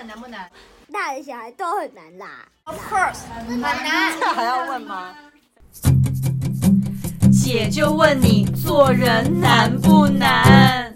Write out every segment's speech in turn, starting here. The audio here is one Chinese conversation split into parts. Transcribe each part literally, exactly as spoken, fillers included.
们难不难？ 大人小孩都很难啦。 Of course， 很难。 这还要问吗？ 姐就问你，做人难不难？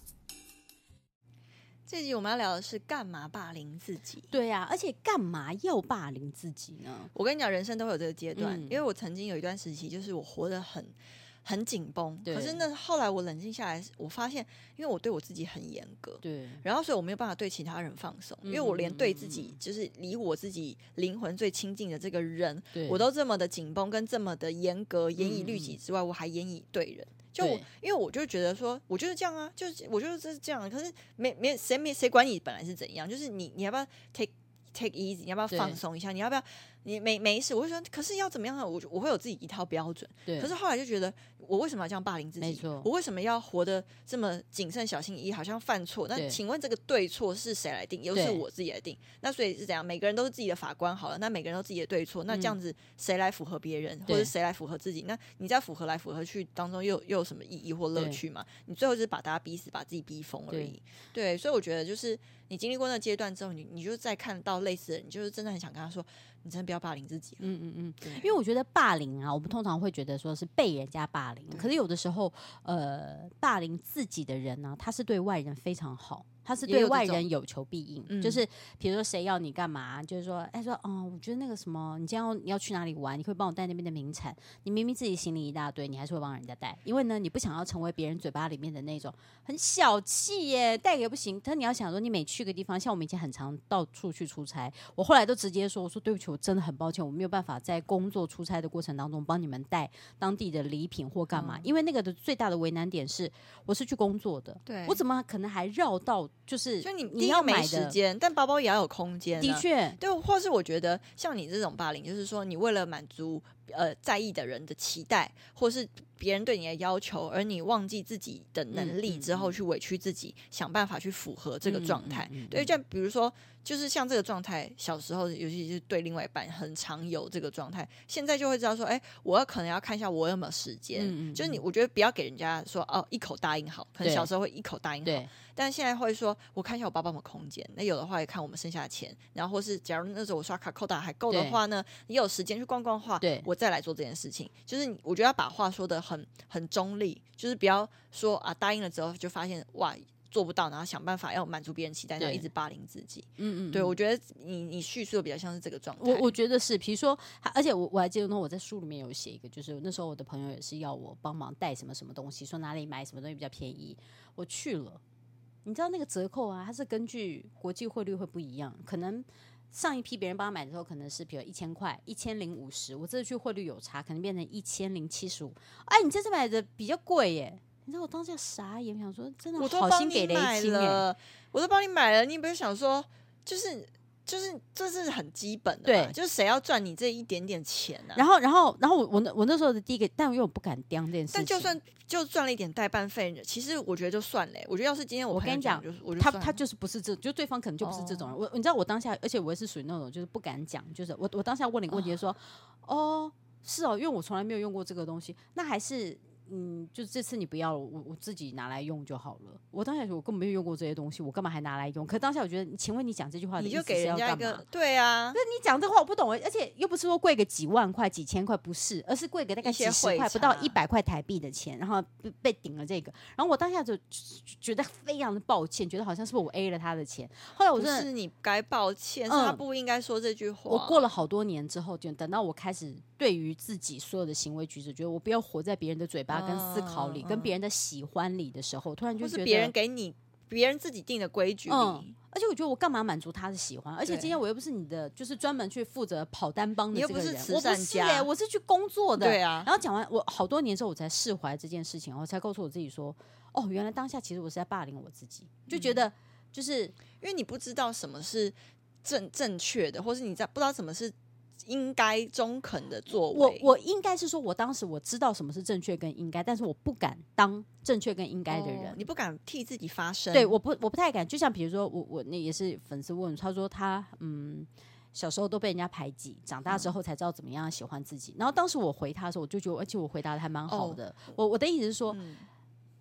这集我们要聊的是干嘛霸凌自己。 对啊，而且干嘛要霸凌自己呢？ 我跟你讲，人生都会有这个阶段、 嗯、 因为我曾经有一段时期，就是我活得很很紧绷，可是那后来我冷静下来，我发现，因为我对我自己很严格， 对， 然后所以我没有办法对其他人放松、嗯，因为我连对自己，就是离我自己灵魂最亲近的这个人，我都这么的紧绷，跟这么的严格，严以律己之外，嗯、我还严以对人。就我，因为我就觉得说，我就是这样啊，就是我就是这样。可是没没谁没谁管你本来是怎样，就是你你要不要 take take easy， 你要不要放松一下？你要不要你没没事？我就说，可是要怎么样呢？我我会有自己一套标准。可是后来就觉得，我为什么要这样霸凌自己？我为什么要活得这么谨慎小心翼翼，好像犯错？那请问这个对错是谁来定？又是我自己来定。那所以是怎样？每个人都是自己的法官好了，那每个人都自己的对错。那这样子谁来符合别人，或者谁来符合自己？那你在符合来符合去当中又又有什么意义或乐趣吗？你最后就是把大家逼死，把自己逼疯而已。对，对，所以我觉得就是你经历过那阶段之后，你你就再看到类似的人，你就是真的很想跟他说，你真的不要霸凌自己。 嗯嗯嗯，因为我觉得霸凌啊，我们通常会觉得说是被人家霸凌，可是有的时候，呃，霸凌自己的人呢、啊，他是对外人非常好。他是对外人有求必应，嗯、就是比如说谁要你干嘛，就是说，哎说，哦，我觉得那个什么，你今天要你要去哪里玩，你可以帮我带那边的名产。你明明自己行李一大堆，你还是会帮人家带，因为呢，你不想要成为别人嘴巴里面的那种很小气耶，带也不行。但你要想说，你每去个地方，像我们以前很常到处去出差，我后来都直接说，我说对不起，我真的很抱歉，我没有办法在工作出差的过程当中帮你们带当地的礼品或干嘛，嗯、因为那个的最大的为难点是，我是去工作的，对我怎么可能还绕到就是， 就你。你要没时间，但包包也要有空间、啊。 的确， 对，或是我觉得像你这种霸凌，就是说你为了满足呃在意的人的期待，或是别人对你的要求，而你忘记自己的能力之后，去委屈自己，嗯嗯嗯、想办法去符合这个状态。嗯嗯嗯、对，就比如说，就是像这个状态，小时候尤其是对另外一半很常有这个状态，现在就会知道说，哎，我要可能要看一下我有没有时间。嗯嗯嗯、就是你，我觉得不要给人家说哦一口答应好，可能小时候会一口答应好。但现在会说，我看一下我爸爸有没有空间。那有的话也看我们剩下的钱，然后或是假如那时候我刷卡扣打还够的话呢，你有时间去逛逛的话，我再来做这件事情。就是我觉得要把话说得很很中立，就是不要说啊答应了之后就发现哇做不到，然后想办法要满足别人期待，然后一直霸凌自己。嗯嗯，对，我觉得你你叙述的比较像是这个状态。 我我觉得是，比如说，而且我我还记得我在书里面有写一个，就是那时候我的朋友也是要我帮忙带什么什么东西，说哪里买什么东西比较便宜，我去了。你知道那个折扣啊，它是根据国际汇率会不一样，可能上一批别人帮他买的时候可能是比如一千块，一千零五十，我这次去汇率有差，可能变成一千零七十五。哎，你这次买的比较贵耶！你知道我当下傻眼，想说真的好心给雷清了，我都帮你买了，你不是想说就是。就是这是很基本的嘛，对，就是谁要赚你这一点点钱啊？ 然后，然后，然后我我那我那时候的第一个，但因为我不敢刁这件事情。 但就算就赚了一点代办费，其实我觉得就算了、欸。我觉得要是今天 我, 我跟你讲， 就他他就是不是这，就对方可能就不是这种人。哦、我你知道我当下，而且我也是属于那种就是不敢讲，就是我我当下问了一个问题说，哦, 哦，是哦，因为我从来没有用过这个东西，那还是。嗯，就这次你不要了，我我自己拿来用就好了。我当下我根本没有用过这些东西，我干嘛还拿来用？可当下我觉得，请问你讲这句话的意思是要干嘛？ 你就给人家一个对啊， 那你讲这话我不懂，而且又不是说贵个几万块、几千块，不是，而是贵个大概几十块，不到一百块台币的钱，然后被被顶了这个。然后我当下就觉得非常的抱歉，觉得好像是不是我 A 了他的钱。后来我真的不是你该抱歉，嗯、是他不应该说这句话。 我过了好多年之后，就等到我开始对于自己所有的行为举止，觉得我不要活在别人的嘴巴跟思考里。嗯、跟别人的喜欢里的时候，突然就觉得或是别人给你别人自己定的规矩里、嗯， 而且我觉得我干嘛满足他的喜欢？而且今天我又不是你的，就是专门去负责跑单帮的这个人， 你又不是慈善家， 我不是、欸、我是去工作的。 对啊。 然后讲完，我好多年之后我才释怀这件事情，我才告诉我自己说，哦，原来当下其实我是在霸凌我自己，就觉得就是、嗯、 因为你不知道什么是正正确的，或是你在不知道什么是。应该中肯的作为， 我我应该是说，我当时我知道什么是正确跟应该，但是我不敢当正确跟应该的人、哦， 你不敢替自己发声。 对，我不我不太敢。就像比如说，我我那也是粉丝问，他说他嗯小时候都被人家排挤，长大之后才知道怎么样喜欢自己。嗯、然后当时我回他的时候，我就觉得，而且我回答的还蛮好的。哦、我我的意思是说。嗯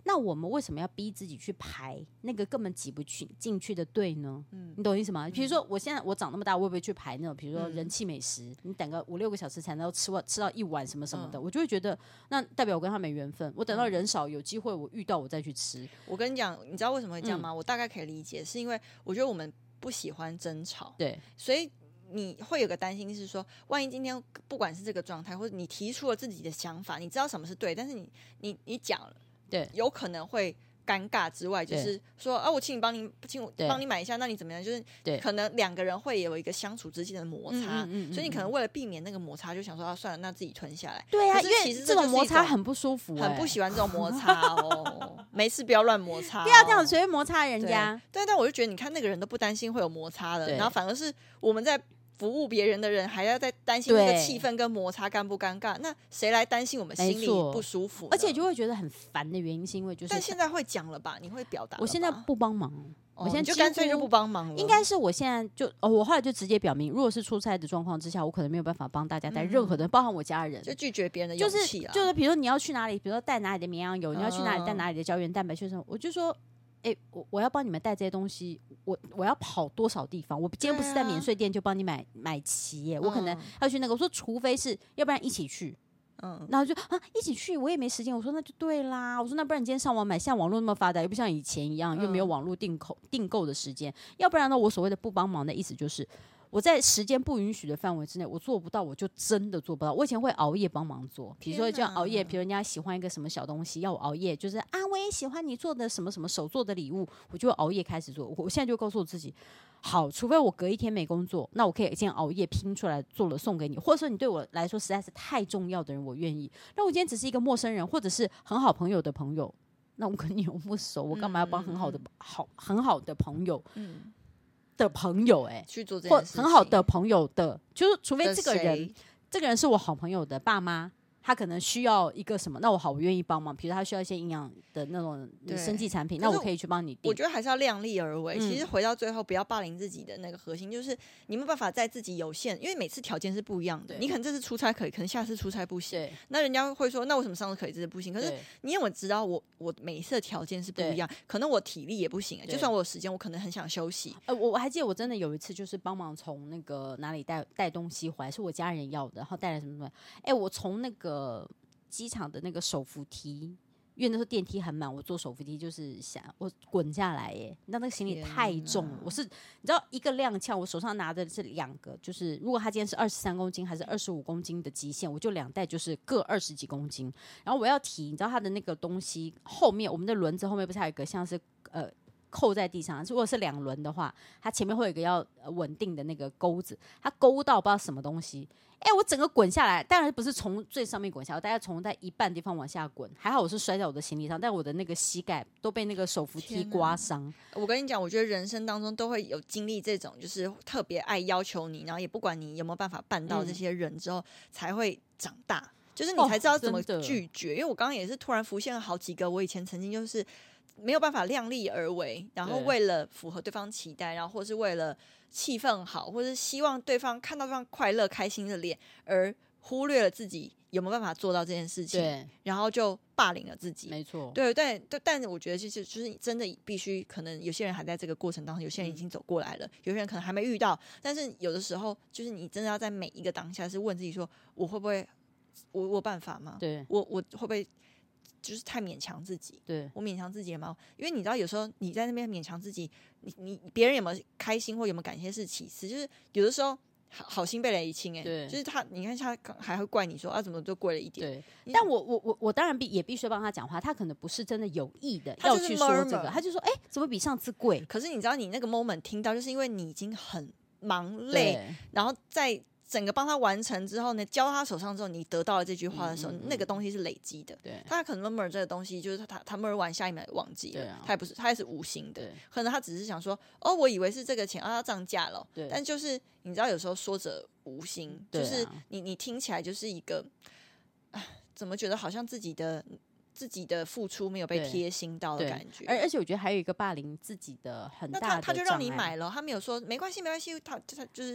那我们为什么要逼自己去排那个根本挤不去进去的队呢？嗯，你懂我意思吗？比如说我现在我长那么大，我会不会去排那种，比如说人气美食，嗯、你等个五六个小时才能吃完吃到一碗什么什么的，嗯、我就会觉得那代表我跟他没缘分。我等到人少有机会我遇到我再去吃。 我跟你讲，你知道为什么会这样吗？嗯、我大概可以理解，是因为我觉得我们不喜欢争吵， 对， 所以。你会有个担心是说，万一今天不管是这个状态，或者你提出了自己的想法，你知道什么是对，但是你你你讲了， 对， 有可能会尴尬之外，就是说啊，我请你帮你，请我帮你买一下，那你怎么样？就是可能两个人会有一个相处之间的摩擦，嗯嗯嗯嗯，所以你可能为了避免那个摩擦，就想说啊，算了，那自己吞下来。 对啊， 因为其实这种摩擦很不舒服， 很不喜欢这种摩擦哦。没事，不要乱摩擦， 不要这样随便摩擦人家。 对，但我就觉得，你看那个人都不担心会有摩擦了，然后反而是我们在。服务别人的人还要再担心那个气氛跟摩擦尴不尴尬，那谁来担心我们心里不舒服？ 而且就会觉得很烦的原因是因为就是， 但现在会讲了吧？你会表达？ 我现在不帮忙， 哦、 我现在就干脆就不帮忙了。 应该是我现在就、哦，我后来就直接表明，如果是出差的状况之下，我可能没有办法帮大家带任何的，嗯、包含我家人， 就拒绝别人的勇气就是就是，比如说你要去哪里，比如说带哪里的绵羊油，嗯、你要去哪里带哪里的胶原蛋白去什么，我就说。哎、欸，我我要帮你们带这些东西，我我要跑多少地方？我今天不是在免税店就帮你买买齐耶，我可能要去那个。我说，除非是要不然一起去，嗯，然后就啊一起去，我也没时间。我说那就对啦，我说那不然你今天上网买，现在网络那么发达，又不像以前一样，又没有网络订购订购的时间。要不然呢，我所谓的不帮忙的意思就是。我在时间不允许的范围之内，我做不到，我就真的做不到。我以前会熬夜帮忙做，比如说这样熬夜，比如人家喜欢一个什么小东西，要我熬夜，就是啊，我也喜欢你做的什么什么手做的礼物，我就会熬夜开始做。我现在就告诉我自己，好，除非我隔一天没工作，那我可以今天熬夜拼出来做了送给你，或者说你对我来说实在是太重要的人，我愿意。那我今天只是一个陌生人，或者是很好朋友的朋友，那我跟你又不熟，我干嘛要帮很好的、嗯、好很好的朋友？嗯。的朋友哎、欸， 去做这件事情， 或很好的朋友的，就是除非这个人，这个人是我好朋友的爸妈，他可能需要一个什么，那我好，我愿意帮忙。比如他需要一些营养的那种生技产品，那我可以去帮你订。 我觉得还是要量力而为。嗯、其实回到最后，不要霸凌自己的那个核心，就是你没有办法在自己有限，因为每次条件是不一样的。你可能这次出差可以，可能下次出差不行。那人家会说，那为什么上次可以，这次不行？可是你有没有知道我，我我每一次的条件是不一样，可能我体力也不行、欸，就算我有时间，我可能很想休息。 呃，我我还记得我真的有一次，就是帮忙从那个哪里带带东西回来，是我家人要的，然后带来什么什么。哎、欸，我从那个。呃，机场的那个手扶梯，因为那时候电梯很满，我坐手扶梯就是想我滚下来耶，你知道那个行李太重了，我是你知道一个踉跄，我手上拿的是两个，就是如果他今天是二十三公斤还是二十五公斤的极限，我就两袋就是各二十几公斤，然后我要提，你知道他的那个东西后面，我们的轮子后面不是还有一个像是呃。扣在地上，如果是两轮的话，它前面会有一个要稳定的那个钩子，它勾到不知道什么东西，哎、欸，我整个滚下来，当然不是从最上面滚下来，我大概从在一半的地方往下滚，还好我是摔在我的行李上，但我的那个膝盖都被那个手扶梯刮伤。 我跟你讲，我觉得人生当中都会有经历这种，就是特别爱要求你，然后也不管你有没有办法办到这些人之后，嗯、才会长大，就是你才知道怎么拒绝。哦、因为我刚刚也是突然浮现了好几个，我以前曾经就是。没有办法量力而为，然后为了符合对方期待，然后或是为了气氛好，或是希望对方看到对方快乐开心的脸，而忽略了自己有没有办法做到这件事情， 对， 然后就霸凌了自己。 没错， 对对对，但我觉得就是就是真的必须，可能有些人还在这个过程当中，有些人已经走过来了，嗯、有些人可能还没遇到，但是有的时候就是你真的要在每一个当下是问自己说，我会不会，我我有办法吗？ 对， 我我会不会？就是太勉强自己， 对我勉强自己了吗？因为你知道，有时候你在那边勉强自己，你你别人有没有开心或有没有感谢是其次，就是有的时候好好心被雷清，哎， 对， 就是他，你看他还会怪你说啊，怎么就贵了一点？ 对，但我我我我当然必也必须帮他讲话，他可能不是真的有意的要去说这个，他就说哎、欸，怎么比上次贵？ 可是你知道，你那个 moment 听到，就是因为你已经很忙累，然后在。整个帮他完成之后呢，交到他手上之后，你得到了这句话的时候，嗯嗯嗯那个东西是累积的。 对， 他可能 murmur 这个东西，就是他他 murmur 完下一秒忘记了， 啊、 他也不是，他也是无心的。可能他只是想说，哦，我以为是这个钱啊，要涨价了。 对， 但就是你知道，有时候说者无心，就是你你听起来就是一个，怎么觉得好像自己的自己的付出没有被贴心到的感觉。 而而且我觉得还有一个霸凌自己的很大的障碍， 那他他就让你买了，他没有说没关系没关系，他他就是。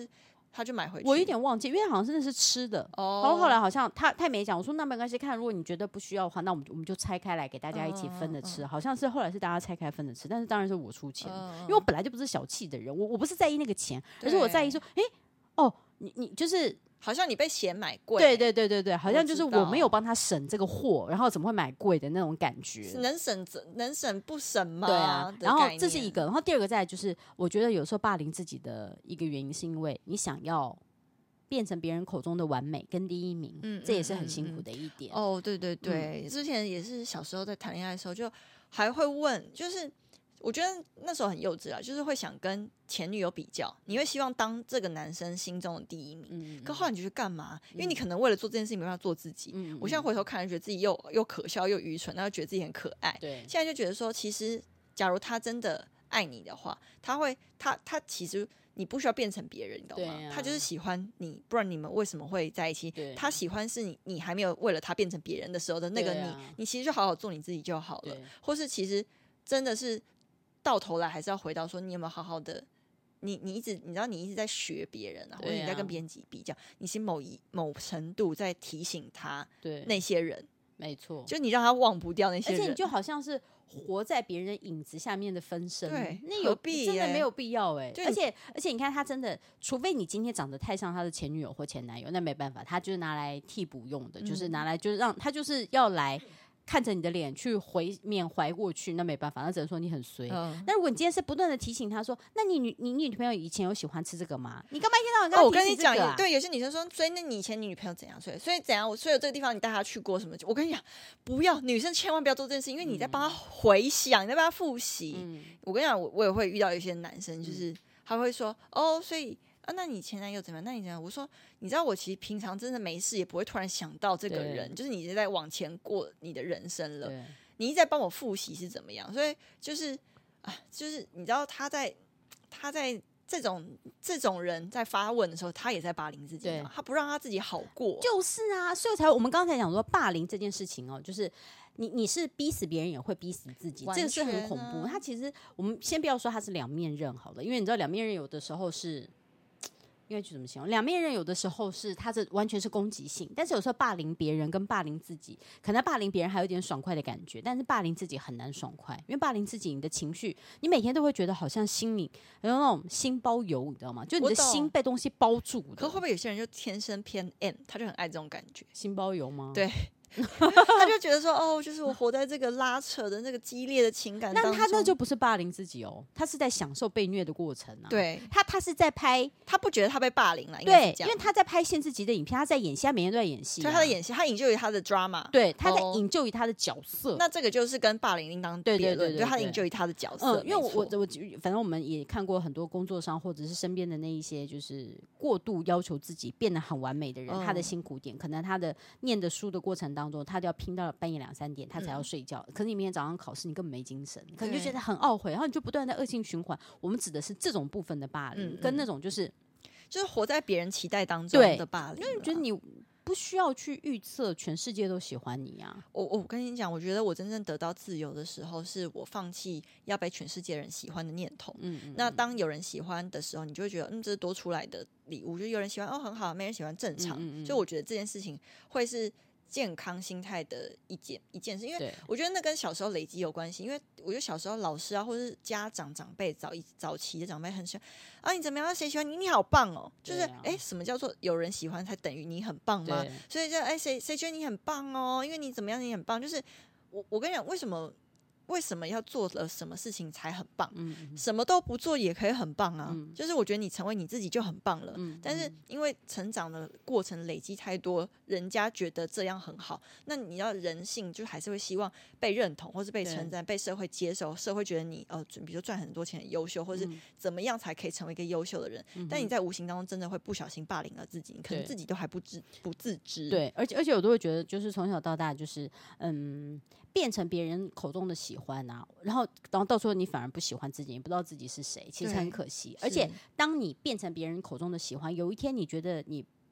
他就买回去。 我有点忘记，因为好像真的是吃的。 哦， 然后后来好像他他也没讲，我说那没关系，看如果你觉得不需要的话，那我们我们就拆开来给大家一起分着吃。嗯嗯嗯好像是后来是大家拆开分着吃，但是当然是我出钱，嗯嗯因为我本来就不是小气的人，我我不是在意那个钱，而是我在意说，哎，哦，你你就是。 好像你被嫌买贵， 对对对对对，好像就是我没有帮他省这个货，然后怎么会买贵的那种感觉？ 能省能省不省吗？ 对啊，然后这是一个，然后第二个再来就是，我觉得有时候霸凌自己的一个原因，是因为你想要变成别人口中的完美跟第一名，嗯，这也是很辛苦的一点。 嗯嗯嗯、哦，对对对、嗯，之前也是小时候在谈恋爱的时候，就还会问，就是。我觉得那时候很幼稚啊，就是会想跟前女友比较，你会希望当这个男生心中的第一名。嗯、可后来你就去干嘛？因为你可能为了做这件事情没办法做自己。嗯、我现在回头看，觉得自己又又可笑又愚蠢，然后觉得自己很可爱。对，现在就觉得说，其实假如他真的爱你的话，他会他他其实你不需要变成别人，你懂吗？啊、他就是喜欢你，不然你们为什么会在一起？他喜欢是你，你还没有为了他变成别人的时候的那个你，啊、你其实就好好做你自己就好了。或是其实真的是。到头来还是要回到说，你有没有好好的？你你一直你知道你一直在学别人啊，或者你在跟别人比较，你是某一某程度在提醒他，对那些人， 没错， 就你让他忘不掉那些人， 而且你就好像是活在别人影子下面的分身， 对， 那有必真的没有必要哎、欸。而且而且你看他真的，除非你今天长得太像他的前女友或前男友，那没办法，他就是拿来替补用的，嗯、就是拿来就是让他就是要来。看着你的脸去回缅怀过去，那没办法，那只能说你很衰。嗯、那如果你今天是不断的提醒他说，那你女你女朋友以前有喜欢吃这个吗？你干嘛一天到晚跟他提醒这个、啊哦、我跟你讲， 对，有些女生说，所以那你以前你女朋友怎样？所以所以怎样？我所以有这个地方你带她去过什么？我跟你讲，不要，女生千万不要做这件事，因为你在帮她回想，你在帮她复习。嗯、我跟你讲，我我也会遇到一些男生，就是他会说，哦，所以。啊，那你前男友怎么样？那你怎样？我说，你知道我其实平常真的没事，也不会突然想到这个人，就是你在往前过你的人生了，你一直在帮我复习是怎么样？所以就是啊，就是你知道他在他在这种这种人在发问的时候，他也在霸凌自己嘛，他不让他自己好过， 就是啊，所以才我们刚才讲说霸凌这件事情哦，就是。你你是逼死别人也会逼死自己，这个是很恐怖。他其实我们先不要说他是两面刃好了，因为你知道两面刃有的时候是。因为去怎么形容？两面人有的时候是他这完全是攻击性，但是有时候霸凌别人跟霸凌自己，可能霸凌别人还有点爽快的感觉，但是霸凌自己很难爽快，因为霸凌自己，你的情绪，你每天都会觉得好像心里有那种心包油，你知道吗？就你的心被东西包住的。 可会不会有些人就天生偏 M， 他就很爱这种感觉？ 心包油吗？ 对。他就觉得说，哦，就是我活在这个拉扯的那个激烈的情感当中， 那他那就不是霸凌自己哦，他是在享受被虐的过程啊。 对， 他他是在拍， 他不觉得他被霸凌了， 对，因为他在拍限制级的影片，他在演戏，他每天都在演戏、啊， 所以他在演戏，他引咎于他的 drama， 对，他在引咎于他的角色、哦。 那这个就是跟霸凌另当别论，对对对对，对他引咎于他的角色。 嗯，因为我我我反正我们也看过很多工作上或者是身边的那一些，就是过度要求自己变得很完美的人，嗯、他的辛苦点，可能他的念的书的过程当中，他就要拼到半夜两三点他才要睡觉、嗯、可是你明天早上考试你根本没精神，可能就觉得很懊悔，然后你就不断在恶性循环。我们指的是这种部分的霸凌、嗯、跟那种就是就是活在别人期待当中的霸凌， 因为你觉得你不需要去预测全世界都喜欢你啊。 我我跟你讲，我觉得我真正得到自由的时候，是我放弃要被全世界人喜欢的念头。嗯嗯，那当有人喜欢的时候，你就会觉得嗯，这是多出来的礼物，就有人喜欢哦很好，没人喜欢正常。嗯嗯嗯，所以我觉得这件事情会是健康心态的一件一件事，因为我觉得那跟小时候累积有关系。因为我觉得小时候老师啊，或者是家长长辈早一早期的长辈很喜欢啊，你怎么样？谁喜欢你？你好棒哦！就是哎、啊，什么叫做有人喜欢才等于你很棒吗？所以就哎，谁谁觉得你很棒哦？因为你怎么样，你很棒。就是我我跟你讲，为什么？为什么要做了什么事情才很棒？嗯嗯，什么都不做也可以很棒啊！嗯、就是我觉得你成为你自己就很棒了。嗯、但是因为成长的过程累积太多，人家觉得这样很好，那你要人性就还是会希望被认同，或是被称赞，被社会接受，社会觉得你呃，比如说赚很多钱很优秀，或是怎么样才可以成为一个优秀的人。嗯、但你在无形当中真的会不小心霸凌了自己，你可能自己都还不知不自知。 对，而且而且我都会觉得，就是从小到大，就是嗯。变成别人口中的喜欢啊，然后然后到时候你反而不喜欢自己，你不知道自己是谁，其实很可惜。而且当你变成别人口中的喜欢，有一天你觉得你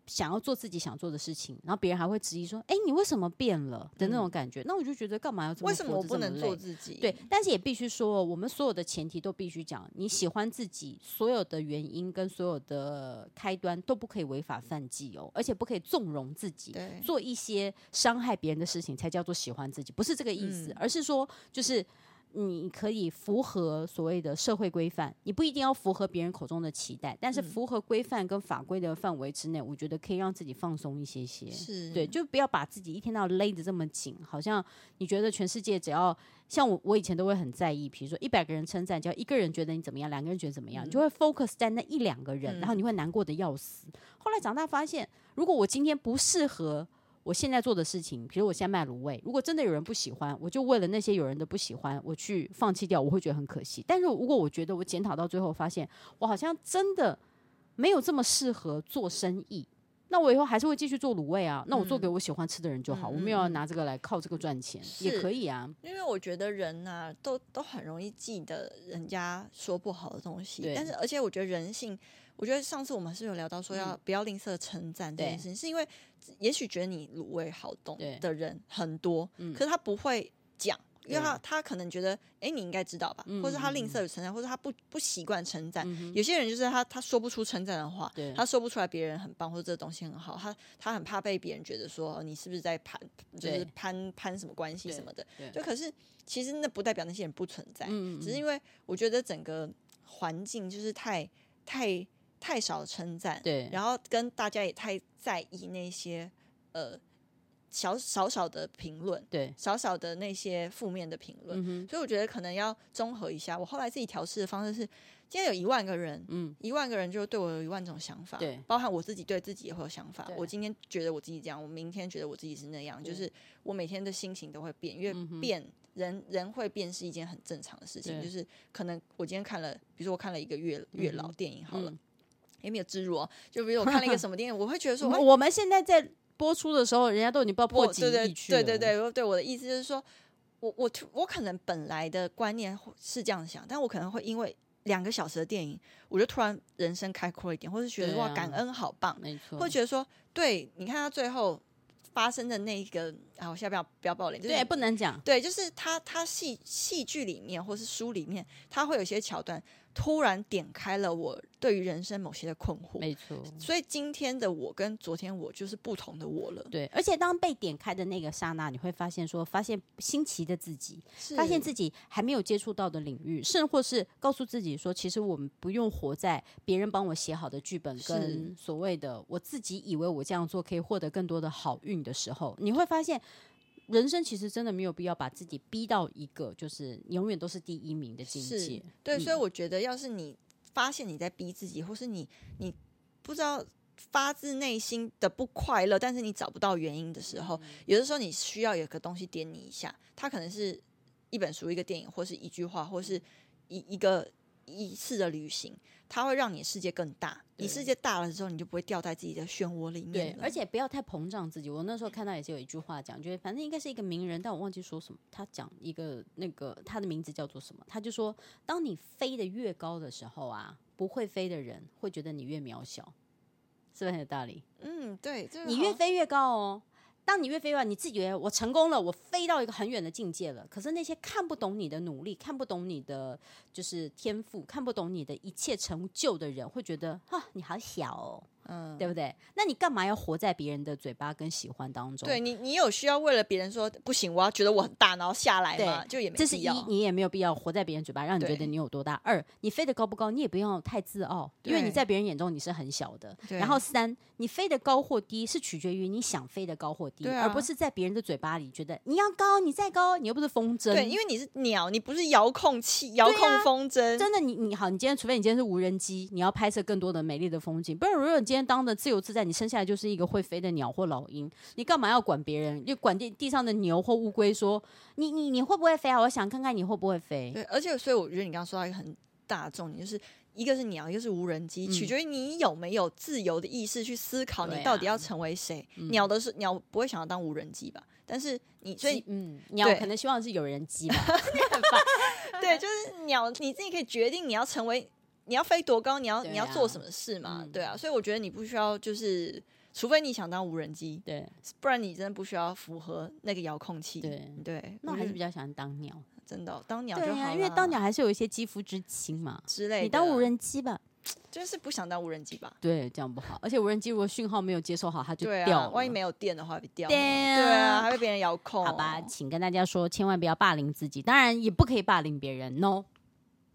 想要做自己想做的事情，然后别人还会质疑说：“哎，你为什么变了？”的那种感觉。嗯、那我就觉得干嘛要这么为什么我不能做自己？ 对，但是也必须说，我们所有的前提都必须讲，你喜欢自己，所有的原因跟所有的开端都不可以违法犯纪哦，而且不可以纵容自己做一些伤害别人的事情，才叫做喜欢自己，不是这个意思，嗯、而是说就是。你可以符合所谓的社会规范，你不一定要符合别人口中的期待，但是符合规范跟法规的范围之内，我觉得可以让自己放松一些些。 是， 对，就不要把自己一天到晚勒得这么紧，好像你觉得全世界只要像我，我以前都会很在意，比如说一百个人称赞，只要一个人觉得你怎么样，两个人觉得怎么样，嗯、你就会 focus 在那一两个人，嗯、然后你会难过的要死。后来长大发现，如果我今天不适合。我现在做的事情，比如我现在卖卤味，如果真的有人不喜欢，我就为了那些有人的不喜欢，我去放弃掉，我会觉得很可惜。但是如果我觉得我检讨到最后发现，我好像真的没有这么适合做生意，那我以后还是会继续做卤味啊。那我做给我喜欢吃的人就好，嗯、我没有要拿这个来靠这个赚钱，也可以啊。 因为我觉得人啊，都都很容易记得人家说不好的东西，但是而且我觉得人性。我觉得上次我们是有聊到说要不要吝啬称赞这件事情，是因为也许觉得你卤味好懂的人很多，可是他不会讲，因为他他可能觉得，哎，你应该知道吧，或者他吝啬称赞，或者他不不习惯称赞。有些人就是他他说不出称赞的话，他说不出来别人很棒或者这个东西很好，他他很怕被别人觉得说你是不是在攀，就是攀攀什么关系什么的。就可是其实那不代表那些人不存在，只是因为我觉得整个环境就是太太。太少称赞， 对， 然后跟大家也太在意那些呃小少少的评论， 对， 少少的那些负面的评论，嗯、所以我觉得可能要综合一下。我后来自己调试的方式是，今天有一万个人，嗯，一万个人就对我有一万种想法，对，包含我自己对自己也会有想法。我今天觉得我自己这样，我明天觉得我自己是那样，就是我每天的心情都会变，因为变。嗯人人会变是一件很正常的事情，就是可能我今天看了，比如说我看了一个月月老电影好了。嗯也没有植入哦，就比如我看了一个什么电影，我会觉得说， 我们现在在播出的时候，人家都已经不知道破几亿去了。 对对对对对，我的意思就是说，我我我可能本来的观念是这样想，但我可能会因为两个小时的电影，我就突然人生开阔一点，或是觉得哇感恩好棒， 没错， 会觉得说，对，你看他最后发生的那个，啊，我现在不要不要爆雷，就是、 对，不能讲， 对，就是他他戏戏剧里面或是书里面，他会有些桥段。突然点开了我对于人生某些的困惑， 没错。 所以今天的我跟昨天我就是不同的我了。 对，而且当被点开的那个刹那，你会发现说，发现新奇的自己，发现自己还没有接触到的领域，甚或是告诉自己说，其实我们不用活在别人帮我写好的剧本跟所谓的我自己以为我这样做可以获得更多的好运的时候，你会发现。人生其实真的没有必要把自己逼到一个就是永远都是第一名的境界。 对、 嗯， 所以我觉得要是你发现你在逼自己，或是你你不知道发自内心的不快乐，但是你找不到原因的时候，嗯、有的时候你需要有个东西点你一下，它可能是一本书、一个电影，或是一句话，或是一一个一次的旅行。它会让你世界更大，你世界大了之后，你就不会掉在自己的漩涡里面了。 对，而且不要太膨胀自己。我那时候看到也是有一句话讲，觉得反正应该是一个名人，但我忘记说什么。他讲一个那个他的名字叫做什么？他就说，当你飞得越高的时候啊，不会飞的人会觉得你越渺小，是不是很有道理？ 嗯，对，这个、 你越飞越高哦。当你越飞越高，你自己觉得我成功了，我飞到一个很远的境界了。可是那些看不懂你的努力，看不懂你的就是天赋，看不懂你的一切成就的人，会觉得啊，你好小哦。嗯，对不对？那你干嘛要活在别人的嘴巴跟喜欢当中？ 对你，你有需要为了别人说不行，我要觉得我很大，然后下来嘛？就也没必要。 这是一，你也没有必要活在别人嘴巴，让你觉得你有多大。二，你飞得高不高，你也不要太自傲，因为你在别人眼中你是很小的。然后三，你飞得高或低是取决于你想飞得高或低，啊、而不是在别人的嘴巴里觉得你要高，你再高，你又不是风筝。 对，因为你是鸟，你不是遥控器、遥控风筝。 啊、真的，你你好，你今天除非你今天是无人机，你要拍摄更多的美丽的风景，不然如果你今天当的自由自在。你生下来就是一个会飞的鸟或老鹰，你干嘛要管别人？就管地地上的牛或乌龟说你你你会不会飞啊？我想看看你会不会飞。 对，而且所以我觉得你刚刚说到一个很大的重点，就是一个是鸟，一个是无人机，嗯、取决于你有没有自由的意识去思考你到底要成为谁。啊嗯、鸟的是鸟不会想要当无人机吧？但是你所以嗯，鸟可能希望是有人机吧？ 对，就是鸟你自己可以决定你要成为。你要飞多高？你要、啊、你要做什么事嘛？嗯、对啊，所以我觉得你不需要就是除非你想当无人机， 对， 不然你真的不需要符合那个遥控器。 对对， 那我还是比较喜欢当鸟， 真的、哦、当鸟就好了、 啊，因为当鸟还是有一些肌肤之亲嘛之类的。 你当无人机吧。 就是不想当无人机吧？ 对，这样不好。而且无人机如果讯号没有接收好，它就掉了。 对啊，万一没有电的话，会掉。 对啊，还会被人遥控。 好吧，请跟大家说，千万不要霸凌自己，当然也不可以霸凌别人 ，no。